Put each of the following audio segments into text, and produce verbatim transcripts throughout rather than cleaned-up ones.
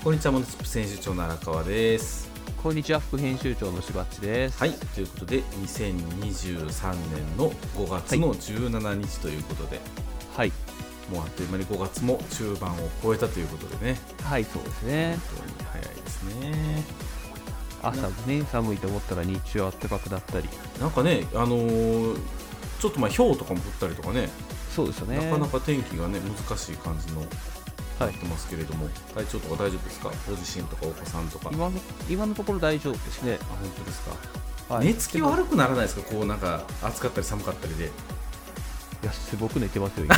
こんにちは、モノチップス編集長の荒川です。 こんにちは、副編集長のしばっちです。 はい、ということでにせんにじゅうさんねんのごがつのじゅうしちにちということで、 はい、 もうあっという間にごがつも中盤を超えたということでね。 はい、そうですね。 本当に早いですね。 朝ね、寒いと思ったら日中は暖かくなったり、 なんかね、あのー、ちょっとまあ氷とかも降ったりとかね。 そうですよね。 なかなか天気がね難しい感じのはい、 なってますけれども、体調とか大丈夫ですか？ご自身とかお子さんとか。 今の今のところ大丈夫ですね。 あ、本当ですか？ はい、 寝つき悪くならないですか？こうなんか暑かったり寒かったりで。 いや、すごく寝てますよ今。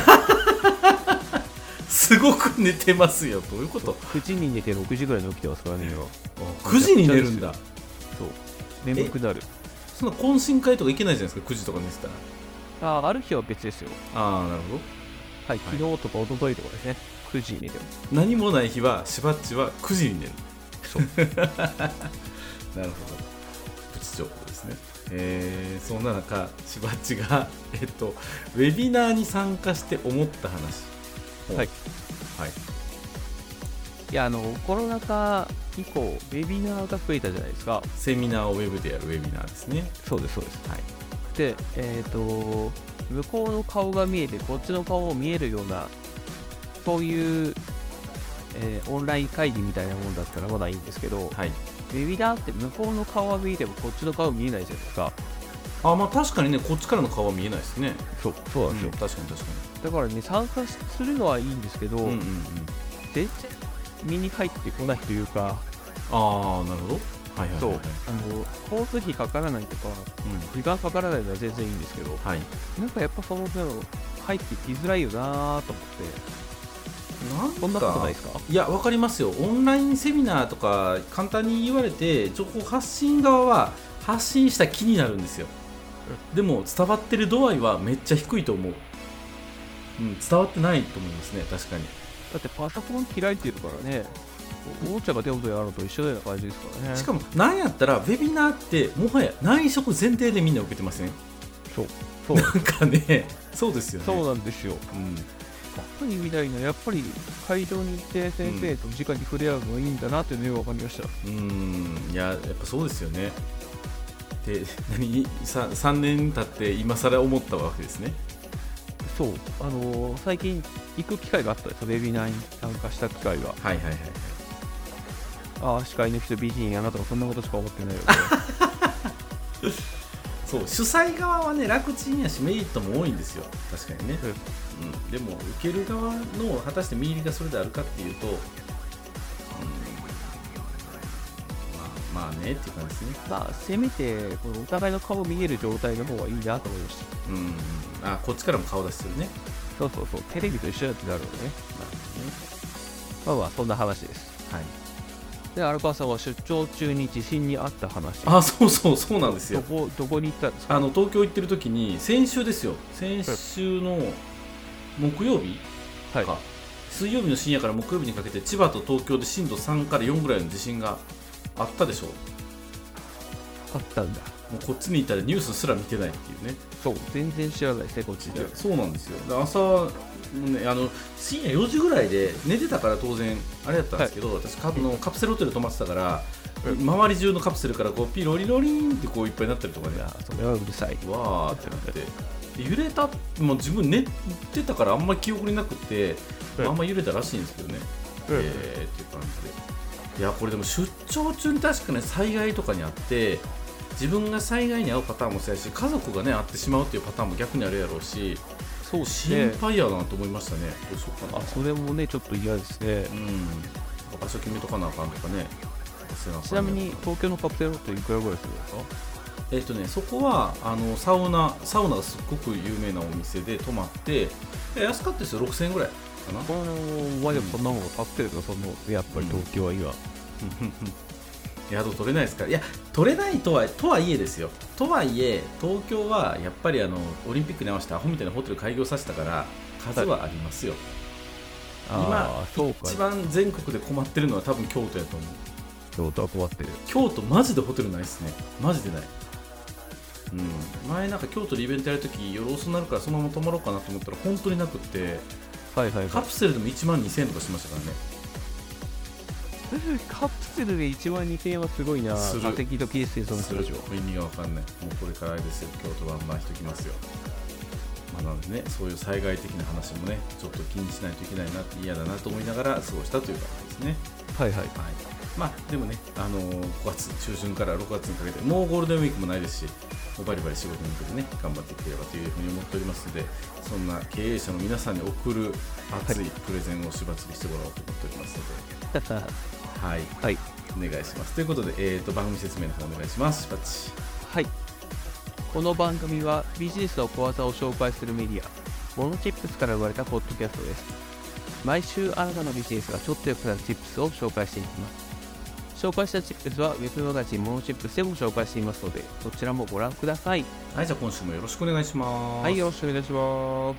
すごく寝てますよ。どういうこと？ くじに寝てろくじぐらいに起きてますからね今。くじに寝るんだ。 そう、眠くなる。 そんな懇親会とか行けないじゃないですか、くじとか寝てたら。 ああ、ある日は別ですよ。 ああ、なるほど。 はい、昨日とか一昨日とかですね、くじに寝てます。 何もない日はしばっちはくじに寝る。 そうなるほど、 プチ情報ですね。えー、そんな中、しばっちが、えっと、ウェビナーに参加して思った話。 はい、 はい、 いや、あのコロナ禍以降ウェビナーが増えたじゃないですか。 セミナーをウェブでやるウェビナーですね。 そうですそうです。 はい、 で、えーと向こうの顔が見えてこっちの顔を見えるようなそういう、えーオンライン会議みたいなもんだったらまだいいんですけど、 はい、 ウェビナーって向こうの顔は見えてもこっちの顔見えないじゃないですか。 あ、まあ確かにね、こっちからの顔は見えないですね。 そうそうなんですよ、 うん、確かに確かだからね、参加するのはいいんですけど、 に。うんうんうん。 全然身に入ってこないというか、 ああ、なるほど。はいはいはい、 そう、 はい、 あの交通費かからないとか、 うん、 時間かからないのは全然いいんですけど、 はい。 なんかやっぱその分入ってきづらいよなと思って。 なんかそんなことないですか？ いや、わかりますよ。オンラインセミナーとか簡単に言われて、情報発信側は発信した気になるんですよ。でも伝わってる度合いはめっちゃ低いと思う。うん、伝わってないと思いますね、確かに。 だってパソコン開いてるからね、おもちゃが手元にあるのと一緒ような感じですからね。 しかも、なんやったらウェビナーってもはや内職前提でみんな受けてません？ そうそうなんかね、そうですよね。 そうなんですよ。 うん、 何みたいな、やっぱり会場に行って先生と直に触れ合うのがいいんだなっていうのが分かりました。 うーん、いや、やっぱそうですよね。で、何 3, さんねん経って今更思ったわけですね。 そう、あのー最近行く機会があったんですよ、ウェビナーに参加した機会が。 はいはいはいはい。 ああ、司会の人美人やなとかそんなことしか思ってないよね。 そう、主催側はね、楽ちんやしメリットも多いんですよ、確かにね。うん、でも受ける側の果たして見入りがそれであるかっていうと、うん、まあまあねっていう感じですね。 まあせめてこのお互いの顔見える状態の方がいいなと思いました。 うん、あ、こっちからも顔出しするね。 そうそうそう、テレビと一緒だってなるのね。 なるまあまあそんな話です。 ほどね。はい。 で、荒川さんは出張中に地震にあった話。 あ、そうそうそうなんですよ。 どこどこに行ったんですか？ あの東京行ってる時に先週ですよ。先週の木曜日はい、 か、水曜日の深夜から木曜日にかけて千葉と東京で震度さんからよんぐらいの地震があったでしょう。 あったんだ。 もうこっちにいたらニュースすら見てないっていうね。 そう、全然知らないですね、こっちで。 そうなんですよ。で朝、ね、あの深夜よじぐらいで寝てたから当然あれだったんですけど、はい、私カのカプセルホテル泊まってたから、うん、周り中のカプセルからこうピロリロリンってこういっぱいになったりとかね。 それはうるさい。 わーってなって揺れた、もう自分寝てたからあんまり記憶になくて、うん、あんまり揺れたらしいんですけどね、うん、えー、っていう感じで。いや、これでも出張中に確かね災害とかにあって、自分が災害に遭うパターンもそうやし、家族がね遭ってしまうっていうパターンも逆にあるやろうし、そう、ね、心配やなと思いましたね。どうしようかな。 あ、それもねちょっと嫌ですね。 うん、場所決めとかなあかんとかね。 ちなみに東京のカプセルホテルいくらぐらいするんですか？ えっとね、そこはあのサウナサウナがすっごく有名なお店で泊まって、安かったですよ。ろくせんえんぐらいかな。 このワイドそんなものカプセルとかそんなものやっぱり東京は今、うん宿取れないですから。いや、取れないとはとはいえですよ。とはいえ東京はやっぱりあのオリンピックに合わせてアホみたいなホテル開業させたから数はありますよ。はい、今一番全国で困ってるのは多分京都やと思う。 京都は困ってる。 京都マジでホテルないですね。マジでない。うん、前なんか京都でイベントやるとき夜遅くなるからそのまま泊まろうかなと思ったら本当になくって、 はいはいはい、 カプセルでもいちまんにせんえんとかしましたからね。 カプセルでいちまんにせんえんはすごいな。 する化石と ピーエス でそのする意味がわかんない。もうこれからあれですよ、京都バンバンしときますよ。まあ、なのでね、そういう災害的な話もね、ちょっと気にしないといけないなって嫌だなと思いながら過ごしたという感じですね。 はいはい。 はい、まあでもね、あのー、ごがつ中旬からろくがつにかけてもうゴールデンウィークもないですし、もうバリバリ仕事に向けてね頑張っていければというふうに思っておりますので、そんな経営者の皆さんに送る熱いプレゼンをしばつりしてもらおうと思っておりますので、はい、はい、お願いします。ということで、えー、と番組説明の方お願いします。しばっち。 はい。この番組はビジネスの小技を紹介するメディアモノチップスから生まれたポッドキャストです。毎週あなたのビジネスがちょっと良くなるチップスを紹介していきます。紹介したチップスはウェブマガジンモノチップスでも紹介していますので、そちらもご覧ください。 はい、じゃあ今週もよろしくお願いします。 はい、よろしくお願いします。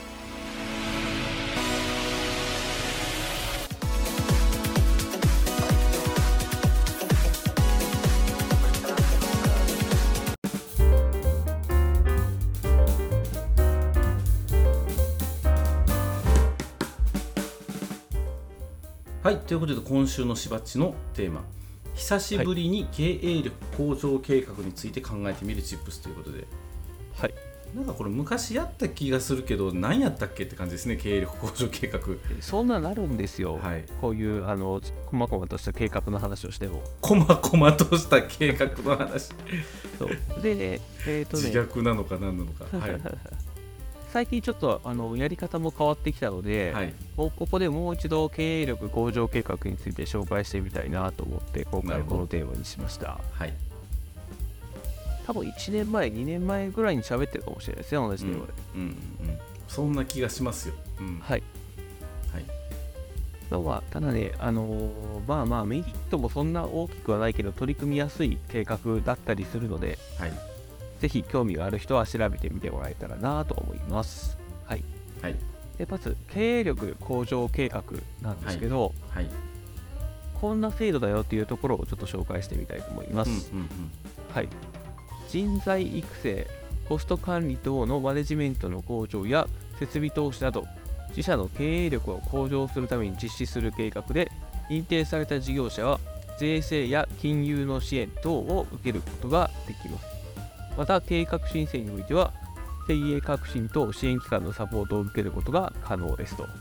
はい、ということで今週のしばっちのテーマ、久しぶりに経営力向上計画について考えてみるチップスということで、 はい、 なんかこれ昔やった気がするけど何やったっけって感じですね。経営力向上計画、 そんななるんですよ、はい、こういうあの細々とした計画の話をしても細々とした計画の話そうで、ねえーとね、 自虐なのか何なのか、はい最近ちょっとあのやり方も変わってきたので、はい、ここでもう一度経営力向上計画について紹介してみたいなと思って今回このテーマにしました。はい、多分いちねんまえにねんまえぐらいに喋ってるかもしれないですね、同じテーマで、 うんうんうん、そんな気がしますよ、うん、 はい、はい、今日はただね、あのー、まあまあメリットもそんな大きくはないけど取り組みやすい計画だったりするので、はい、ぜひ興味がある人は調べてみてもらえたらなと思います。はい。はい、でまず経営力向上計画なんですけど、はいはい、こんな制度だよっていうところをちょっと紹介してみたいと思います。うんうんうん、はい。人材育成、コスト管理等のマネジメントの向上や設備投資など自社の経営力を向上するために実施する計画で、認定された事業者は税制や金融の支援等を受けることができます。また計画申請においては経営革新と支援機関のサポートを受けることが可能ですと、はい、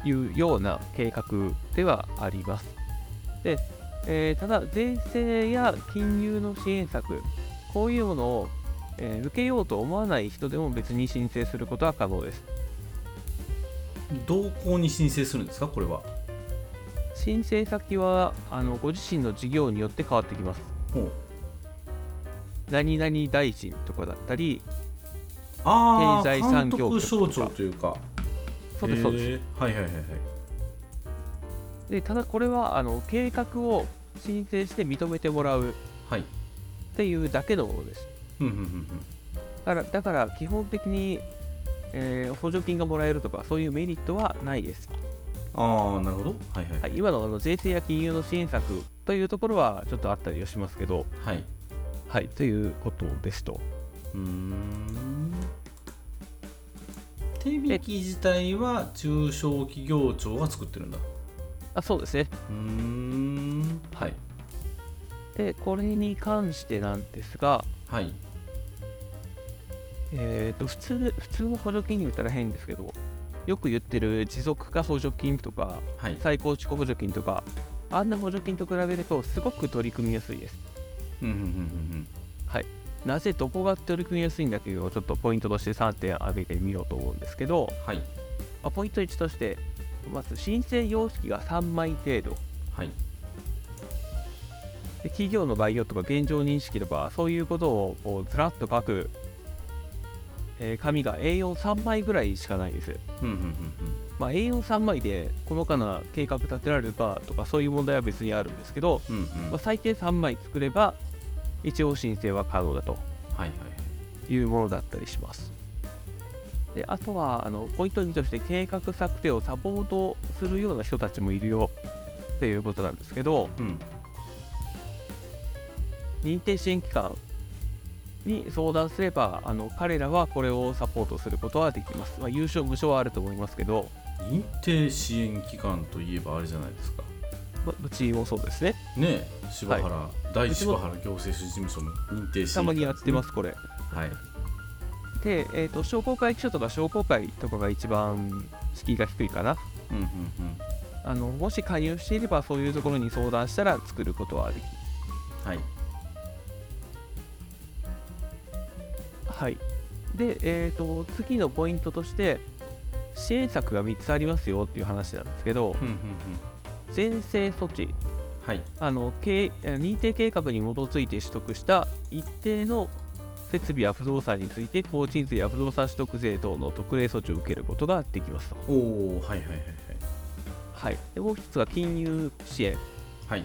いうような計画ではあります。で、えー、ただ税制や金融の支援策、こういうものを、えー、受けようと思わない人でも別に申請することは可能です。 どこに申請するんですか、これは。 申請先はあのご自身の事業によって変わってきます。ほう、何々大臣とかだったり、 あ経済産業局とか、監督省庁というか、 そうですそうです。 はいはいはいはい。 でただこれはあの計画を申請して認めてもらうっていうだけのものです。はい、だからだから基本的に、えー、補助金がもらえるとかそういうメリットはないです。 ああ、なるほど。はいはい。はい、 今のあの税制や金融の支援策というところはちょっとあったりはしますけど、はい。はい、ということですと。うーん。 手引き自体は中小企業庁が作ってるんだ。 あ、そうですね。 うーん。はい。 で、これに関してなんですが、はい。えっと、普通、普通の補助金に言ったら変ですけど、よく言ってる持続化補助金とか、はい、再構築補助金とか、あんな補助金と比べるとすごく取り組みやすいです。はい、なぜどこが取り組みやすいんだというのをちょっとポイントとしてさんてん挙げてみようと思うんですけど、はい、まあ、ポイントいちとしてまず申請様式がさんまい程度、はい、で企業の概要とか現状認識とかそういうことをこうずらっと書く、えー、紙が エーよんさん 枚ぐらいしかないです。まあ、エーよんさん 枚で細かな計画立てられるかとかそういう問題は別にあるんですけど、うんうん、まあ、最低さんまい作れば一応申請は可能だというものだったりします。であとはあのポイントにとして計画策定をサポートするような人たちもいるよっていうことなんですけど、うん、認定支援機関に相談すればあの彼らはこれをサポートすることはできます。まあ、有償無償はあると思いますけど、 認定支援機関といえばあれじゃないですか、 うちもそうですね。 ねえ、柴原、はい、大柴原行政事務所の認定審議会、ね、 たまにやってますこれ。 はい。 で、えーと、商工会議所とか商工会とかが一番敷居が低いかな。 うんうんうん。 あのもし加入していればそういうところに相談したら作ることはできる。 はい。 はい。で、えーと、次のポイントとして支援策がみっつありますよっていう話なんですけど、 うんうんうん、 税制措置、 はい、 あの認定計画に基づいて取得した一定の設備や不動産について法人税や不動産取得税等の特例措置を受けることができますと。 おー、はいはいはいはい。 はい、でもう一つは金融支援、 はい、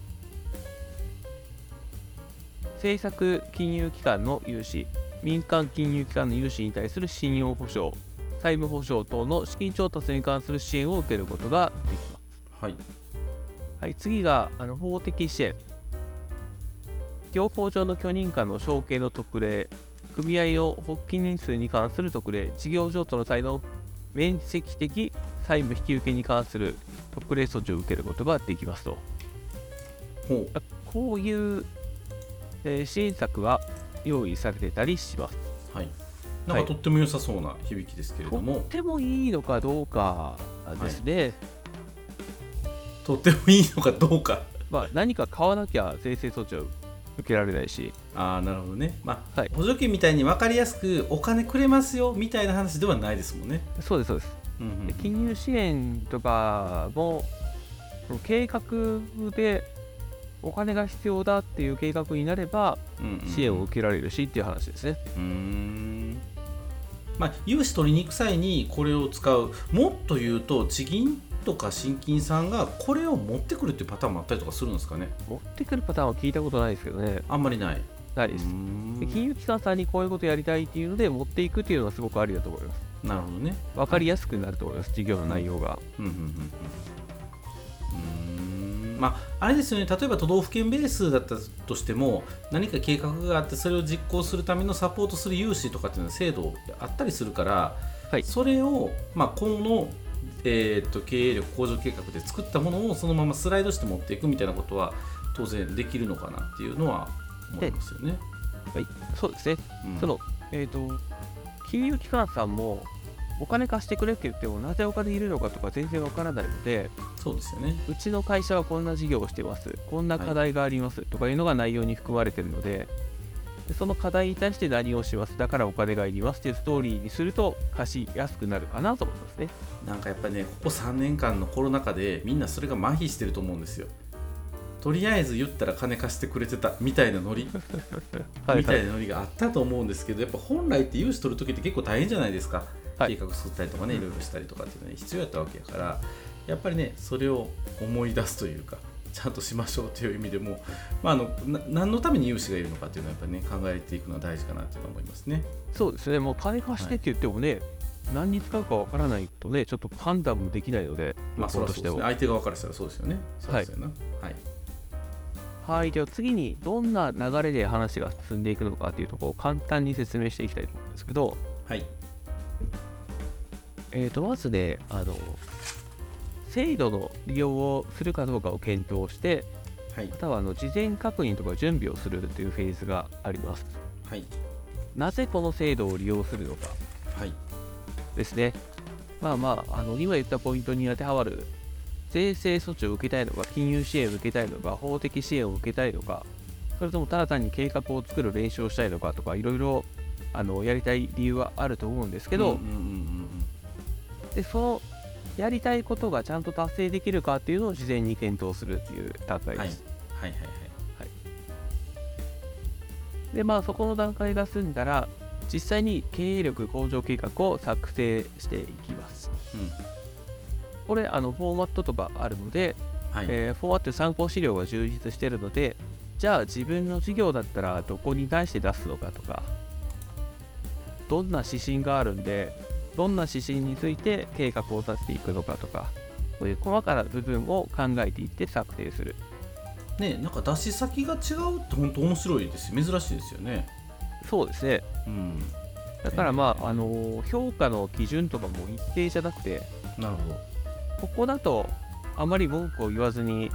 政策金融機関の融資、民間金融機関の融資に対する信用保証、債務保証等の資金調達に関する支援を受けることができます。 はい、 はい、次があの法的支援、業法上の許認可の承継の特例、組合の発起人数に関する特例、事業譲渡の際の面積的債務引き受けに関する特例措置を受けることができますと。 ほう、 こういう、えー、支援策は用意されてたりします。 はい、なんかとっても良さそうな響きですけれども、 はい、とってもいいのかどうかですね、はい、 とってもいいのかどうかまあ何か買わなきゃ税制措置を受けられないし。 ああ、なるほどね。まあ、 はい、 補助金みたいに分かりやすくお金くれますよみたいな話ではないですもんね。 そうですそうです、うんうんうん、で金融支援とかも計画でお金が必要だっていう計画になれば支援を受けられるしっていう話ですね。 うーん、まあ、融資取りに行く際にこれを使う、もっと言うと地銀とか信金さんがこれを持ってくるっていうパターンもあったりとかするんですかね。 持ってくるパターンは聞いたことないですけどね。 あんまりないないです。で金融機関さんにこういうことやりたいっていうので持っていくっていうのはすごくありだと思います。 なるほどね。 分かりやすくなると思います、はい、事業の内容が。 うんうんうんうん、うーん、まあ、あれですよね。例えば都道府県ベースだったとしても何か計画があってそれを実行するためのサポートする融資とかっていうのは制度あったりするから、はい、それを、まあ、今後えー、と経営力向上計画で作ったものをそのままスライドして持っていくみたいなことは当然できるのかなっていうのは思いますよね。 はい、そうですね。うん、そのえーと金融機関さんもお金貸してくれって言ってもなぜお金いるのかとか全然わからないので、 そうですよね。 うちの会社はこんな事業をしてます、こんな課題があります、はい、とかいうのが内容に含まれているので、でその課題に対して何をします、だからお金がいりますっていうストーリーにすると貸しやすくなるかなと思いますね。 なんかやっぱりね、ここさんねんかんのコロナ禍でみんなそれが麻痺してると思うんですよ。とりあえず言ったら金貸してくれてたみたいなノリはい、みたいなノリがあったと思うんですけど、やっぱ本来って融資取るときって結構大変じゃないですか。はい、計画作ったりとかね、いろいろしたりとかっていうのは必要やったわけやから、やっぱりねそれを思い出すというかちゃんとしましょうという意味でも、まあ、あのな何のために融資がいるのかっていうのはやっぱりね考えていくのは大事かなと思いますね。 そうですね。もう金貸してって言ってもね、はい、何に使うかわからないとねちょっと判断もできないので、 まあそらそうですね。相手側からしたらそうですよね。そうですよね。はい。 はいはい、では次にどんな流れで話が進んでいくのかというところを簡単に説明していきたいと思うんですけど、 はい。 えーとまずね、あの制度の利用をするかどうかを検討して、はい、またはあの事前確認とか準備をするというフェーズがあります。 はい、 なぜこの制度を利用するのか、 はい、ですね。まあまあ、あの今言ったポイントに当てはまる税制措置を受けたいのか、金融支援を受けたいのか、法的支援を受けたいのか、それともただ単に計画を作る練習をしたいのかとか、いろいろあのやりたい理由はあると思うんですけど、でそのやりたいことがちゃんと達成できるかっていうのを事前に検討するっていう段階です。 はい、はいはいはいはい。 でまあそこの段階が済んだら実際に経営力向上計画を作成していきます。うん、これあのフォーマットとかあるので、はいえー、フォーマット参考資料が充実しているので、じゃあ自分の事業だったらどこに対して出すのかとか、どんな指針があるんでどんな指針について計画を立てていくのかとか、そういう細かな部分を考えていって策定する。 ね、なんか出し先が違うって本当面白いですよ。珍しいですよね。 そうですね。うん、だからまあ、あの評価の基準とかも一定じゃなくて、 なるほど。 ここだとあまり文句を言わずに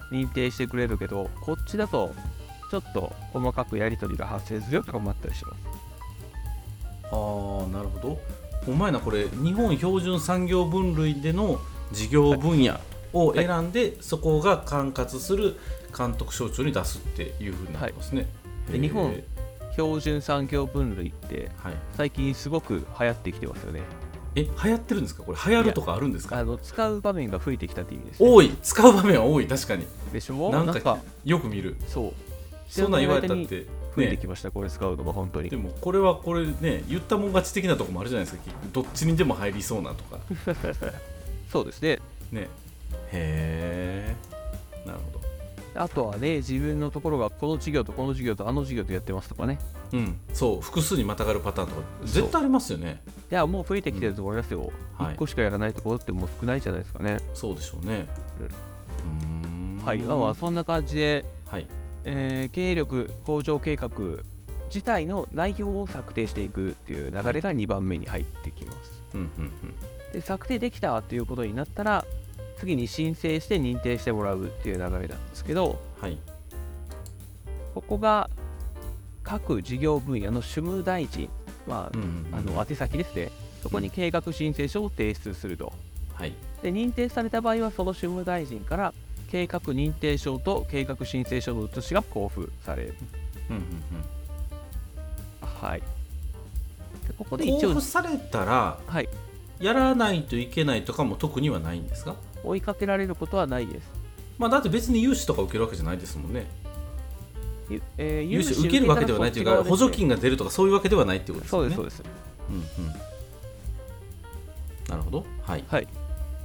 認定してくれるけど、こっちだとちょっと細かくやり取りが発生するよとかもあったりします。 あー、なるほど。お前な、これ日本標準産業分類での事業分野を選んで、はい、そこが管轄する監督省庁に出すっていうふうになってますね。 はい、で日本標準産業分類って最近すごく流行ってきてますよね。 え、流行ってるんですか？これ流行るとかあるんですか？ あの使う場面が増えてきたって意味です、ね。 多い、使う場面は多い、確かに。 でしょ？ なんかよく見る。 そう。 そんなん言われたって、ね、 増えてきました、これ使うのが本当に。 でもこれはこれね、言ったもん勝ち的なところもあるじゃないですか。どっちにでも入りそうなとか。 そうですね。 ね。へー、なるほど。 あとはね、自分のところがこの授業とこの授業とあの授業とやってますとかね。 うん、そう、複数にまたがるパターンとか絶対ありますよね。 いや、もう増えてきてると思いますよ、うん、いっこしかやらないところってもう少ないじゃないですかね。 そうでしょうね。 うん、はい、まあそんな感じで、はい、えー、経営力向上計画自体の内容を策定していくっていう流れがにばんめに入ってきます。うんうんうん、で策定できたということになったら、次に申請して認定してもらうっていう流れなんですけど、はい、ここが各事業分野の主務大臣、まあ、うんうんうん、あの宛先ですね。そこに計画申請書を提出すると、はい、で認定された場合はその主務大臣から計画認定書と計画申請書の写しが交付される、うんうんうん、はい。でここで一応交付されたら、はい、やらないといけないとかも特にはないんですか？ 追いかけられることはないです。 まあ、だって別に融資とか受けるわけじゃないですもんね。えー、融資受けるわけではないというか、補助金が出るとかそういうわけではないってことですよね。 そうです、そうです。うんうん、 なるほど。はい。 はい、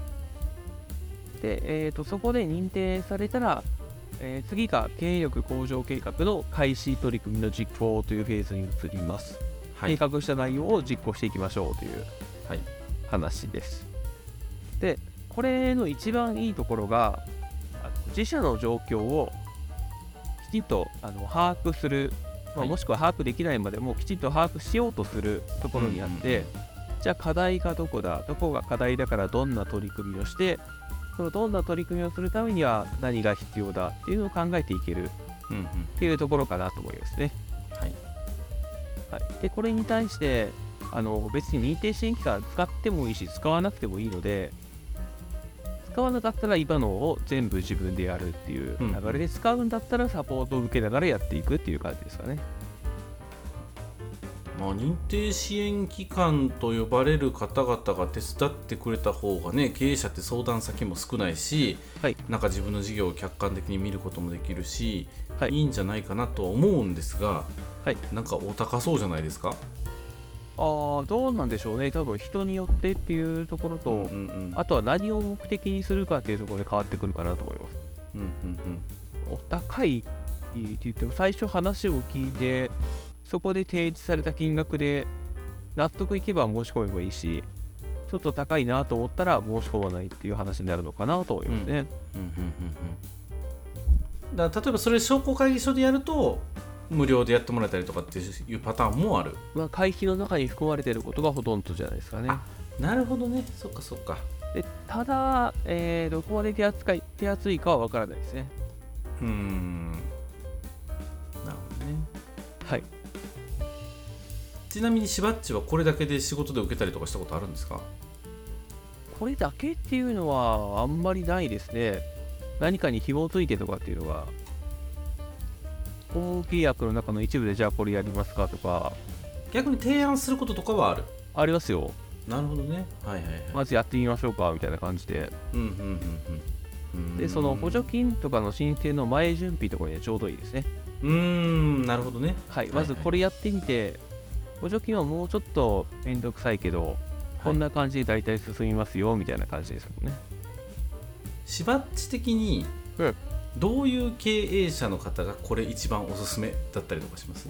で、えーと、そこで認定されたら、えー、次が経営力向上計画の開始取り組みの実行というフェーズに移ります。はい、計画した内容を実行していきましょうという話です。で、これの一番いいところが、自社の状況をきちんとあの把握する、まあ、もしくは把握できないまでもきちんと把握しようとするところにあって、うんうんうん、じゃあ課題がどこだ、どこが課題だからどんな取り組みをして、そのどんな取り組みをするためには何が必要だっていうのを考えていけるっていうところかなと思いますね。はいはい、でこれに対してあの別に認定支援機関使ってもいいし使わなくてもいいので、使わなかったら今のを全部自分でやるっていう流れで、使うんだったらサポートを受けながらやっていくっていう感じですかね。 まあ、認定支援機関と呼ばれる方々が手伝ってくれた方がね、経営者って相談先も少ないし、はい、なんか自分の事業を客観的に見ることもできるし、はい、いいんじゃないかなとは思うんですが、はい、なんかお高そうじゃないですか？ あ、どうなんでしょうね。多分人によってっていうところと、うんうんうん、あとは何を目的にするかっていうところで変わってくるかなと思います。うんうんうん、お高いって言っても最初話を聞いてそこで提示された金額で納得いけば申し込めばいいし、ちょっと高いなと思ったら申し込まないっていう話になるのかなと思いますね。うんうんうんうん、だから例えばそれ商工会議所でやると無料でやってもらえたりとかっていうパターンもある。 まあ、会費の中に含まれていることがほとんどじゃないですかね。 あ、なるほどね。そっかそっか。 でただ、えー、どこまで手扱い手厚いかは分からないですね。うーん、 なるほどね。 はい。 ちなみにしばっちはこれだけで仕事で受けたりとかしたことあるんですか？ これだけっていうのはあんまりないですね。何かに紐づいてとかっていうのは、法契約の中の一部でじゃあこれやりますかとか、 逆に提案することとかはある？ ありますよ。 なるほどね。はいはいはい。 まずやってみましょうかみたいな感じで。うんうんうんうん。で、その補助金とかの申請の前準備とかにはちょうどいいですね。 うーん、なるほどね。 はい。まずこれやってみて、はいはい、補助金はもうちょっとめんどくさいけど、はい、こんな感じで大体進みますよみたいな感じですもんね。 しばっち的に、うん、どういう経営者の方がこれ一番おすすめだったりとかします？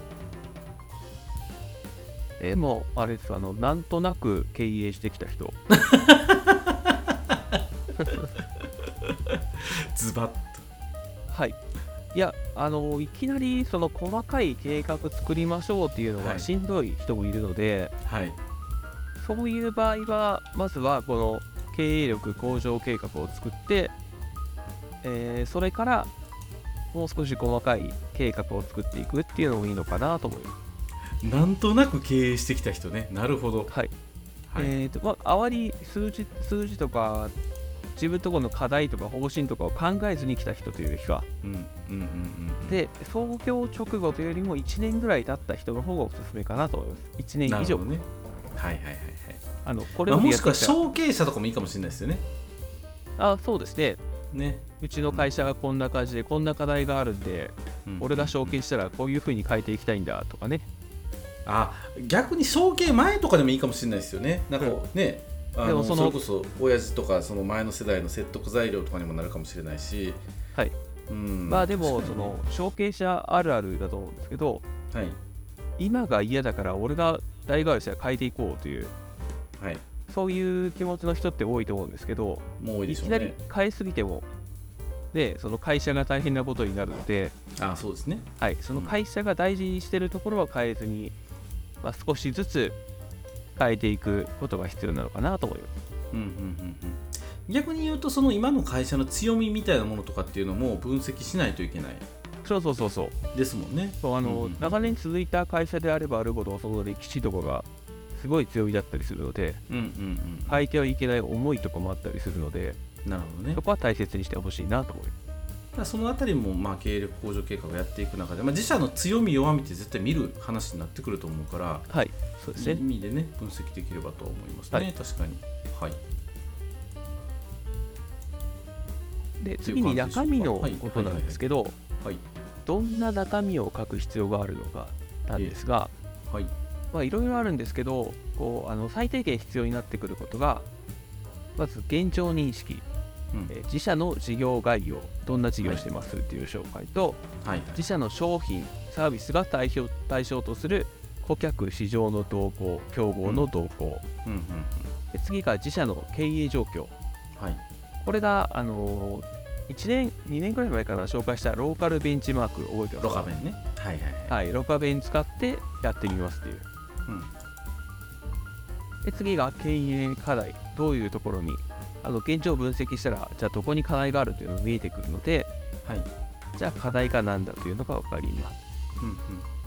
えー、もうあれです、あのなんとなく経営してきた人ズバッと。 はい。いや、あのいきなりその細かい計画作りましょうっていうのがしんどい人もいるので、はい、そういう場合はまずはこの経営力向上計画を作って、 えー、それからもう少し細かい計画を作っていくっていうのもいいのかなと思います。 なんとなく経営してきた人ね。なるほど。 はい。はい、えーとまあ、あまり数字数字とか自分ところの課題とか方針とかを考えずに来た人というよりか、うんうんうんうん、で創業直後というよりもいちねんぐらい経った人の方がおすすめかなと思います。いちねん以上。 ね、はいはいはいはい。 あのこれまあ、もしくは承継者とかもいいかもしれないですよね。 あ、そうですね。 ね、 うちの会社がこんな感じでこんな課題があるんで、うん、俺が承継したらこういう風に変えていきたいんだとかね。 あ、逆に承継前とかでもいいかもしれないですよね。なんかね、うん、あのでもそのそれこそ親父とかその前の世代の説得材料とかにもなるかもしれないし、 はい、うん、まあでもその承継者あるあるだと思うんですけど、はい、今が嫌だから俺が代替わりしたら変えていこうという、はい、そういう気持ちの人って多いと思うんですけど、 もう多いでしょうね。 いきなり変えすぎてもでその会社が大変なことになるので、 あ、そうですね、 はい、その会社が大事にしているところは変えずに、まあ、少しずつ変えていくことが必要なのかなと思います。うんうんうんうん、 逆に言うとその今の会社の強みみたいなものとかっていうのも分析しないといけない。 そうそうそうそうですもんね。 そう、あの、うんうん、長年続いた会社であればあるほどその歴史とかがすごい強みだったりするので、うんうんうん、変えてはいけない思いとかもあったりするので、 なるほどね、 そこは大切にしてほしいなと思います。 そのあたりもまあ経営力向上計画をやっていく中で、まあ、自社の強み弱みって絶対見る話になってくると思うから、 はい、そうですね、 いい意味でね分析できればと思いますね、はい、確かに、はい、 で次に中身のことなんですけど、どんな中身を書く必要があるのかなんですが、はい、まあいろいろあるんですけど、こうあの最低限必要になってくることが、まず現状認識、うん、え自社の事業概要、どんな事業をしてますっていう紹介と、はい、自社の商品サービスが対象、対象とする顧客市場の動向、競合の動向、うんうんうん、で次が自社の経営状況、はい、これが、あのー、いちねんにねんくらい前から紹介したローカルベンチマーク覚えてますか？ ロカベンね、はいはいはい、はい、ロカベン使ってやってみますっていう、うん、で次が経営課題、どういうところにあの現状を分析したら、じゃあどこに課題があるというのが見えてくるので、はい、じゃあ課題が何だというのが分かります、うんうん、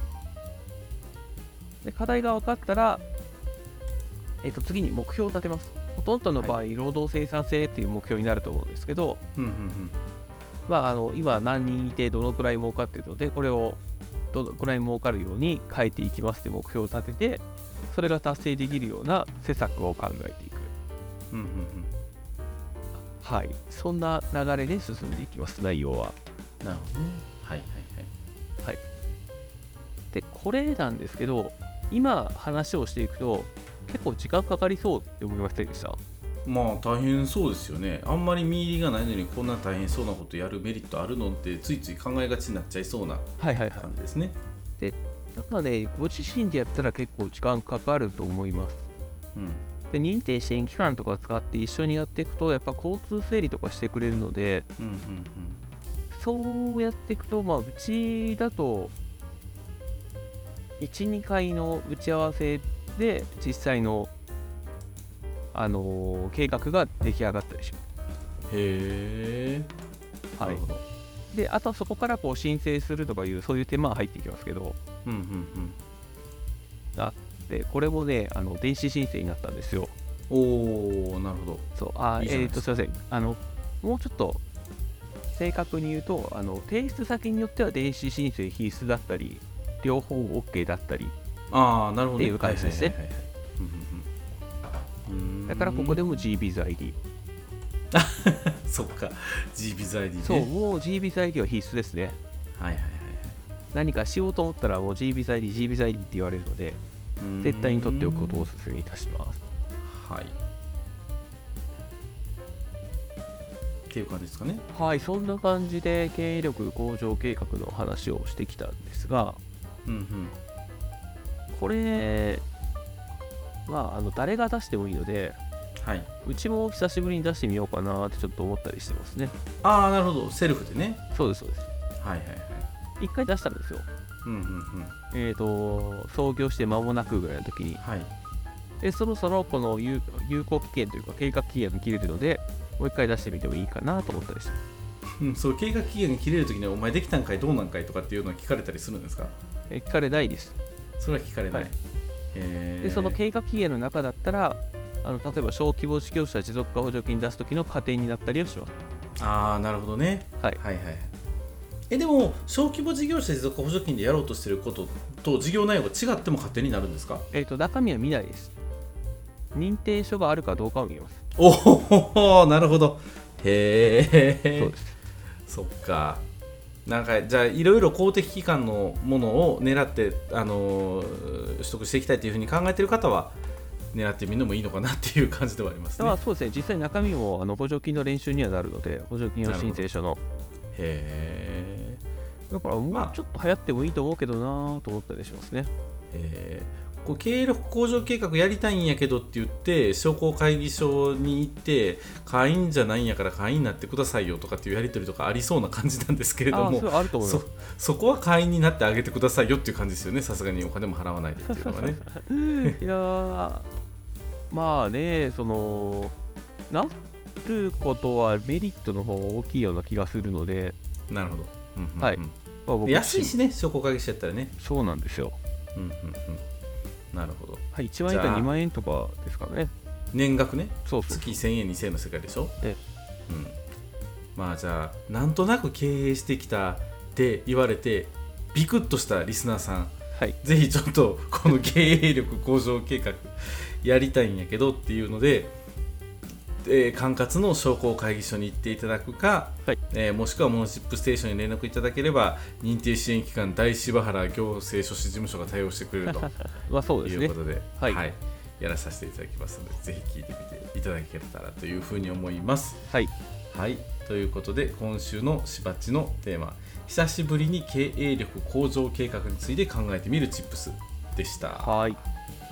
で課題が分かったら、えー、と次に目標を立てます。ほとんどの場合、はい、労働生産性っていう目標になると思うんですけど、うんうんうん、まあ、あの今何人いてどのくらい儲かっているので、これをどのくらい儲かるように変えていきますって目標を立てて、それが達成できるような施策を考えていく、うんうんうん、はい、そんな流れで進んでいきます、内容は。 なるほどね。はいはいはい。 はい。で、これなんですけど、今話をしていくと、結構時間かかりそうって思いませんでした？ まあ大変そうですよね。あんまり見入りがないのにこんな大変そうなことやるメリットあるのってついつい考えがちになっちゃいそうな感じですね。 はいはいはい、で、だからね、ご自身でやったら結構時間かかると思います。うん。で認定支援機関とか使って一緒にやっていくと、やっぱ交通整理とかしてくれるので、うんうんうん、そうやっていくと、まあ、うちだといち、にかいの打ち合わせで実際の、あのー、計画が出来上がったりします。 へー、はい、なるほど。 で、あとはそこからこう申請するとかいうそういう手間が入ってきますけど、うんうんうん、あでこれもね、あの電子申請になったんですよ。 おー、なるほど。 そう、あいいえー、とすいません、あのもうちょっと正確に言うと、あの提出先によっては電子申請必須だったり、両方 OK だったり、 あー、なるほど、ね、 っていう感じですね。だからここでも ジービズアイディー。 そっか、ジービズアイディー ね。 そう、もう ジービズアイディー は必須ですね。はいはいはい。何かしようと思ったらもう ジービズアイディー、ジービズアイディー って言われるので、絶対に取っておくことをお勧めいたします。 はい。っていう感じですかね。 はい、そんな感じで経営力向上計画の話をしてきたんですが、うんうん、これ、まあ、あの誰が出してもいいので、はい、うちも久しぶりに出してみようかなってちょっと思ったりしてますね。 ああ、なるほど、セルフでね。 そうですそうです。 はいはいはい。 一回出したんですよ。うんうんうん。えっと創業して間もなくぐらいの時に、はい、でそろそろこの 有, 有効期限というか計画期限が切れるので、もう一回出してみてもいいかなと思ったりしてます。 うん、そう計画期限が切れるときにお前できたんかいどうなんかいとかっていうのは聞かれたりするんですか？ え聞かれないです。 それは聞かれない、はい、 でその計画期限の中だったらあの例えば小規模事業者持続化補助金出すときの過程になったりはします。 ああなるほどね、はい、はいはいえでも小規模事業者持続化補助金でやろうとしていることと事業内容が違っても勝手になるんですか？ えっと中身は見ないです。認定書があるかどうかを見ます。 おおなるほど。へえ。そうです。そっか。なんかじゃあいろいろ公的機関のものを狙って、あのー、取得していきたいというふうに考えている方は狙ってみるのもいいのかなっていう感じではありますね。 あそうですね。実際中身もあの補助金の練習にはなるので補助金の申請書の。 へえ。 だからもうちょっと流行ってもいいと思うけどなと思ったりしますね。 へえ。こう経営力向上計画やりたいんやけどって言って商工会議所に行って会員じゃないんやから会員になってくださいよとかっていうやり取りとかありそうな感じなんですけれども、 ああると思います。 そ, そこは会員になってあげてくださいよっていう感じですよね。さすがにお金も払わないでっていうのはねいやまあねそのなることはメリットの方が大きいような気がするので。 なるほど、うんうんうん、 はい、まあ、僕安いしね商工会議所やったらね。 そうなんですよ、 うんうんうんなるほど、 はい、いちまんえんかにまんえんとかですからね。 年額ね。 そうそうそう月せんえんにせんえんの世界でしょ。 ええ、うん、まあじゃあなんとなく経営してきたって言われてビクッとしたリスナーさん、はい、ぜひちょっとこの経営力向上計画やりたいんやけどっていうので、えー、管轄の商工会議所に行っていただくか、はいえー、もしくはモノチップステーションに連絡いただければ認定支援機関大柴原行政書士事務所が対応してくれるとまあそうですね、 いうことで、 はいはい、やらさせていただきますのでぜひ聞いてみていただけたらというふうに思います。 はい、 はい、ということで今週のしばっちのテーマ久しぶりに経営力向上計画について考えてみるチップスでした。 はい。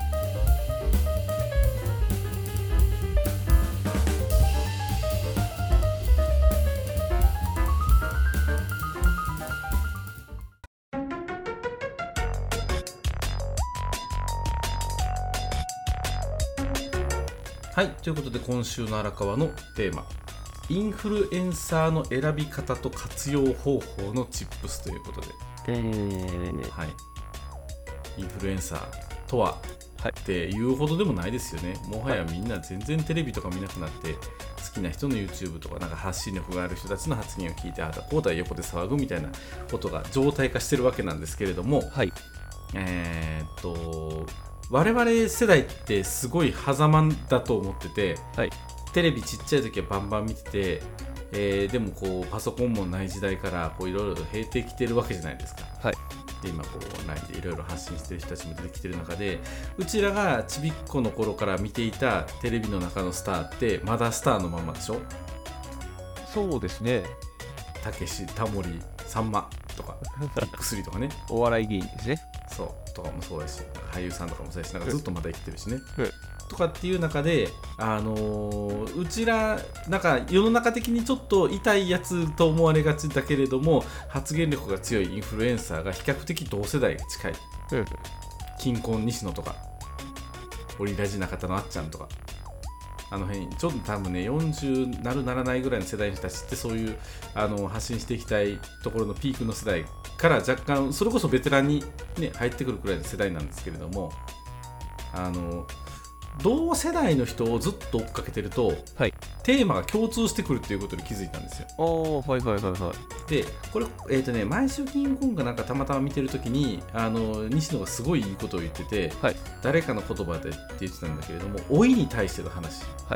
はい、ということで今週の荒川のテーマインフルエンサーの選び方と活用方法のチップスということで、 えーはい、インフルエンサーとは、はい、っていうほどでもないですよね。もはやみんな全然テレビとか見なくなって好きな人の YouTube とかなんか発信力がある人たちの発言を聞いてああだこうだ横で騒ぐみたいなことが常態化してるわけなんですけれども、 はい、 えー、っと我々世代ってすごい狭間だと思ってて、はい、テレビちっちゃい時はバンバン見てて、えー、でもこうパソコンもない時代からいろいろ減ってきてるわけじゃないですか、はい、で今こうオンラインでいろいろ発信してる人たちも出てきてる中でうちらがちびっこの頃から見ていたテレビの中のスターってまだスターのままでしょ。 そうですね。 たけし、タモリ、さんまとかビッグスリーとかねお笑い芸人ですね。 そうとかもそうだし俳優さんとかもそうだしなんかずっとまだ生きてるしね、うん、とかっていう中で、あのー、うちらなんか世の中的にちょっと痛いやつと思われがちだけれども発言力が強いインフルエンサーが比較的同世代が近い、うん、金婚西野とかオリラジ中田のあっちゃんとかあの辺ちょっと多分ねよんじゅうなるならないぐらいの世代の人たちってそういうあの発信していきたいところのピークの世代から若干それこそベテランに、ね、入ってくるくらいの世代なんですけれどもあの同世代の人をずっと追っかけてると、はい、テーマが共通してくるっていうことに気づいたんですよ。 おーはいはいはいはいでこれ、えーとね、毎週金婚がなんかたまたま見てるときにあの西野がすごいいいことを言ってて、はい、誰かの言葉でって言ってたんだけれども老いに対しての話、はい、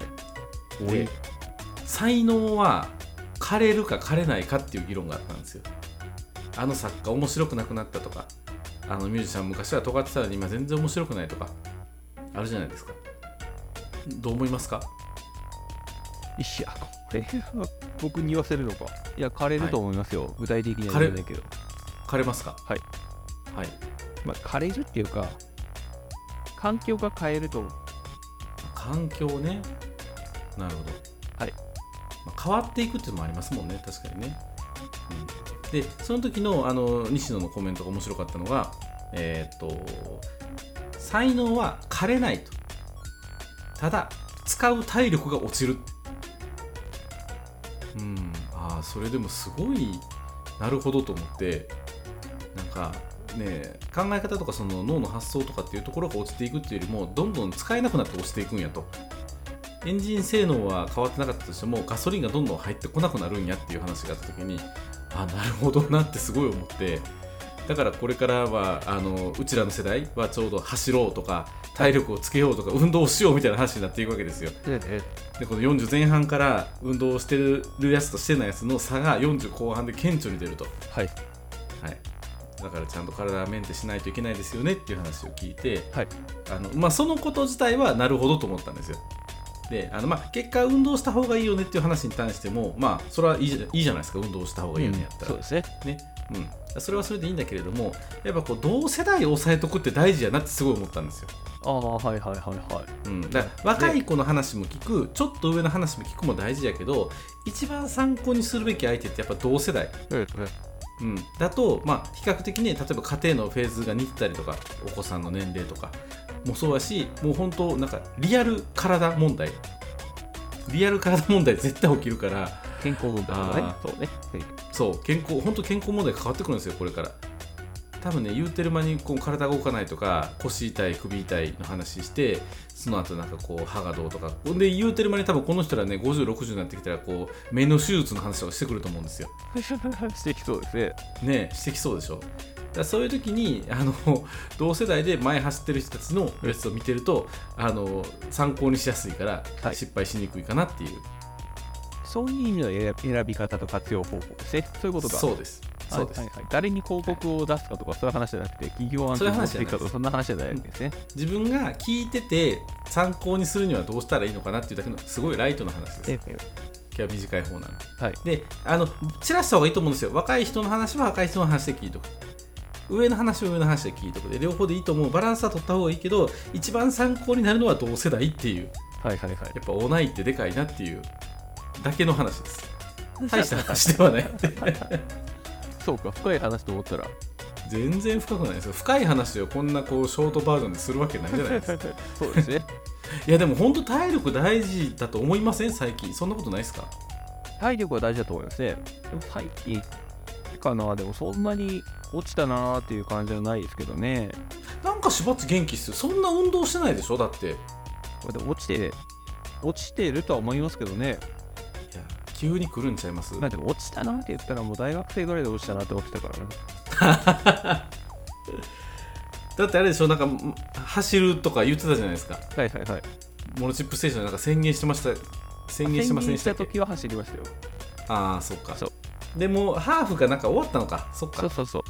で才能は枯れるか枯れないかっていう議論があったんですよ。あの作家面白くなくなったとかあのミュージシャン昔は尖ってたのに今全然面白くないとかあるじゃないですか。どう思いますか？ いやこれは僕に言わせるのか。いや枯れると思いますよ、はい、具体的には言わないけど枯れますか？はい、 はい、まあ、枯れるっていうか環境が変えると思う。 環境ね、なるほど、はい、まあ、変わっていくっていうのもありますもんね確かにね、うん、でその時の、あの西野のコメントが面白かったのがえー、っと才能は枯れないとただ使う体力が落ちる。うん、あああそれでもすごいなるほどと思って、なんかね考え方とかその脳の発想とかっていうところが落ちていくっていうよりもどんどん使えなくなって落ちていくんやと。エンジン性能は変わってなかったとしてもガソリンがどんどん入ってこなくなるんやっていう話があった時に、あなるほどなってすごい思って、だからこれからはあのうちらの世代はちょうど走ろうとか体力をつけようとか運動をしようみたいな話になっていくわけですよ。でこのよんじゅう前半から運動をしてるやつとしてないやつの差がよんじゅう後半で顕著に出ると。 はい、 はい、だからちゃんと体をメンテしないといけないですよねっていう話を聞いて、 はい、 あのまあ、そのこと自体はなるほどと思ったんですよ。であのまあ結果運動した方がいいよねっていう話に対しても、まあそれはいいじゃ、いいじゃないですか、運動した方がいいよねやったら、 うん、そうですね。 ね、うん、それはそれでいいんだけれども、やっぱこう同世代を抑えとくって大事やなってすごい思ったんですよ。 ああはいはいはいはい、 うん、だから若い子の話も聞く、ちょっと上の話も聞くも大事やけど、一番参考にするべき相手ってやっぱ同世代、 うんうん、だと、まあ、比較的に例えば家庭のフェーズが似てたりとか、お子さんの年齢とかもそうだし、もう本当なんかリアル体問題リアル体問題絶対起きるから、 健康問題とかね、そうね、 そう健康本当健康問題が変わってくるんですよこれから。多分ね言うてる間にこう体が動かないとか腰痛い首痛いの話して、その後なんかこう歯がどうとかで言うてる間に多分この人らねごじゅうろくじゅうになってきたらこう目の手術の話とかしてくると思うんですよ。 してきそうですね。 ねしてきそうでしょ。だからそういう時にあの同世代で前走ってる人たちのやつを見てると、あの参考にしやすいから失敗しにくいかなっていう、はい、 そういう意味の選び方と活用方法ですね。そういうことが。 そうですそうです、 はいはいはい、誰に広告を出すかとかそういう話じゃなくて、企業案件を持っていくかとかそんな話じゃないわけですね。 自分が聞いてて参考にするにはどうしたらいいのかなっていうだけのすごいライトな話です。今日は短い方なの、はい、であの散らした方がいいと思うんですよ。若い人の話は若い人の話で聞いとく、上の話は上の話で聞いとくで両方でいいと思う。バランスは取った方がいいけど、一番参考になるのは同世代っていう、 はいはいはい、 やっぱ同いってでかいなっていうだけの話です。大した話ではないそうか、深い話と思ったら全然深くないですよ。深い話をこんなこうショートバージョンでするわけないじゃないですかそうですねいやでも本当体力大事だと思いません？最近そんなことないですか？ 体力は大事だと思いますね。でも最近かな、でもそんなに落ちたなーっていう感じはないですけどね。 なんかしばっち元気っすよ。そんな運動してないでしょだって。 でも落ちて落ちてるとは思いますけどね。 いや急に来るんちゃいます？ なんで落ちたなって言ったらもう大学生ぐらいで落ちたなって思ってたからねだってあれでしょ、なんか走るとか言ってたじゃないですか。 はいはいはい。 モノチップステーションでなんか宣言してました。宣言してませんでしたっけ？ 宣言した時は走りましたよ。 ああそっか。 そうでもハーフがなんか終わったのか。そっか。 そうそうそう。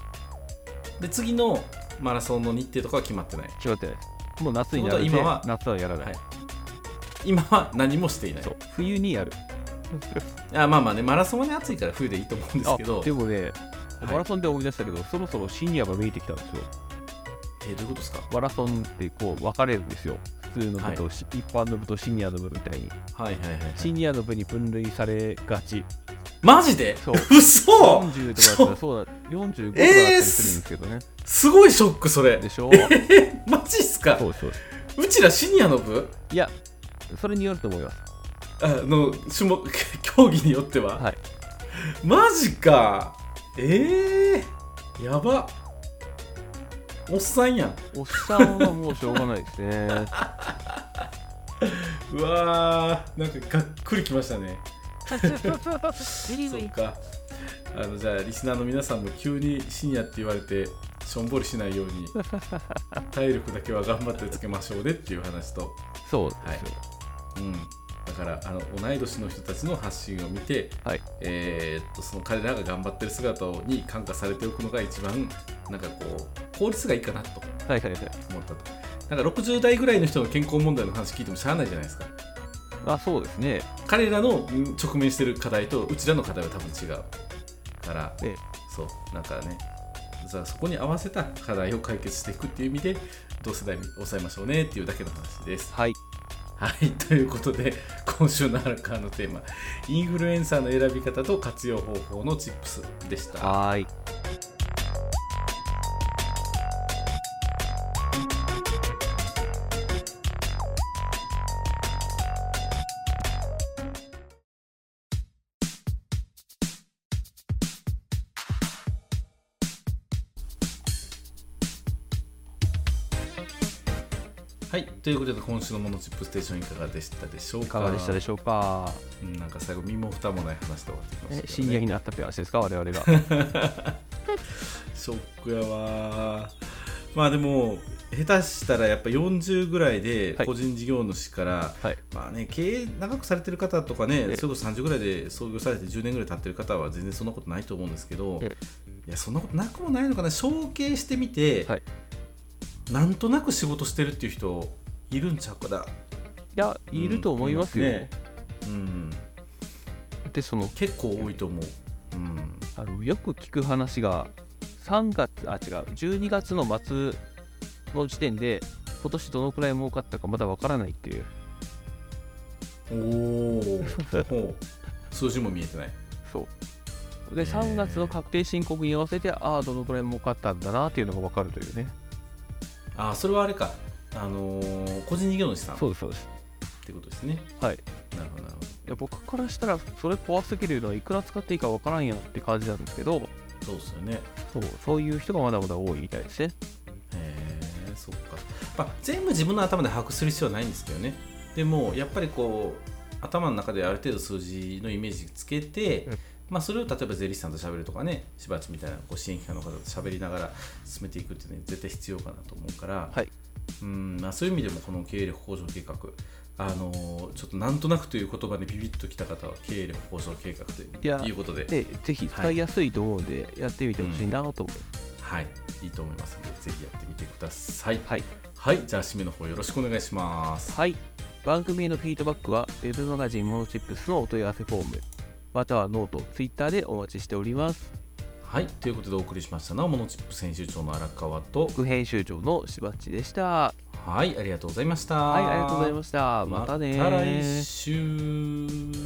で次のマラソンの日程とかは決まってない。 決まってない。もう夏になるんで、今は夏はやらない、はい、 今は何もしていない。 そう冬にやるあまあまあね、マラソンはね暑いから冬でいいと思うんですけど。 でもね、マラソンで思い出したけど、はい、そろそろシニアが見えてきたんですよ。 えー、どういうことですか？ マラソンってこう分かれるんですよ。普通の部と、はい、一般の部とシニアの部みたいに。 はいはいはい、はい、 シニアの部に分類されがち。 マジで？ そう。 嘘！ よんじゅうとかだったらそうだ、よんじゅうごとかだったりするんですけどね。えー、 すごいショックそれ。 でしょ？ えー、マジっすか？ そうそう。 うちらシニアの部？ いや、それによると思います。 あの種目競技によっては。 はい。 マジか。えー、やば。おっさんやん。 おっさんはもうしょうがないですねうわー、なんかがっくりきましたねそうか。あのじゃあリスナーの皆さんも急にシニアって言われてしょんぼりしないように体力だけは頑張ってつけましょうねっていう話と。 そうですよ、 はい、うん、だからあの同い年の人たちの発信を見て、はい、えー、っとその彼らが頑張ってる姿に感化されておくのが一番なんかこう効率がいいかなと思ったと。 はいはいはい、 なんかろくじゅう代ぐらいの人の健康問題の話聞いてもしゃあないじゃないですか。 あ、そうですね。 彼らの直面してる課題とうちらの課題は多分違うから、ええ、そうなんかね、そこに合わせた課題を解決していくっていう意味で同世代に抑えましょうねっていうだけの話です。 はいはい、ということで今週のアラカーのテーマ、インフルエンサーの選び方と活用方法のチップスでした。 はい。 はい、ということで今週のモノチップステーションいかがでしたでしょうか。 いかがでしたでしょうか。 うん、なんか最後身も蓋もない話で終わってきましたけど、ね、 深夜になったって話ですか我々がショックやわ。まあでも下手したらやっぱよんじゅうぐらいで個人事業主から、はい、まあね、経営長くされてる方とかね、それこそさんじゅうぐらいで創業されてじゅうねんぐらい経ってる方は全然そんなことないと思うんですけど、いやそんなことなくもないのかな。承継してみて、はい、なんとなく仕事してるっていう人いるんちゃうかな。いやいると思いますよ、うんねうん、 でその結構多いと思う、うん、 あのよく聞く話がさんがつあ違うじゅうにがつの末の時点で今年どのくらい儲かったかまだわからないっていう。 おお数字も見えてない。 そうでさんがつの確定申告に合わせてああどのくらい儲かったんだなっていうのがわかるというね。 ああそれはあれか、あのー、個人事業主さん。 そうですそうですってことですね。 はい。 なるほどなるほど。いや僕からしたらそれ怖すぎるのはいくら使っていいかわからんやんって感じなんですけど。 そうですよね。 そうそういう人がまだまだ多いみたいですね。 へえそっか、まあ、全部自分の頭で把握する必要はないんですけどね。でもやっぱりこう頭の中である程度数字のイメージつけて、うんまあ、それを例えば税理士さんと喋るとかね、しばちみたいなこう支援機関の方と喋りながら進めていくっていうのは絶対必要かなと思うから、はいうんまあ、そういう意味でもこの経営力向上計画、あのー、ちょっとなんとなくという言葉にビビッときた方は経営力向上計画ということで、 でぜひ使いやすいと思うのでやってみてほしいなと思う、 はい、はい、いいと思いますのでぜひやってみてください。 はい、 はい、じゃあ締めの方よろしくお願いします。 はい、番組へのフィードバックはウェブマガジンモノチップスのお問い合わせフォームまたはノート、ツイッターでお待ちしております。 はい、ということでお送りしましたのはモノチップス編集長の荒川と副編集長のしばっちでした。 はい、ありがとうございました。 はい、ありがとうございました。またね。 また来週。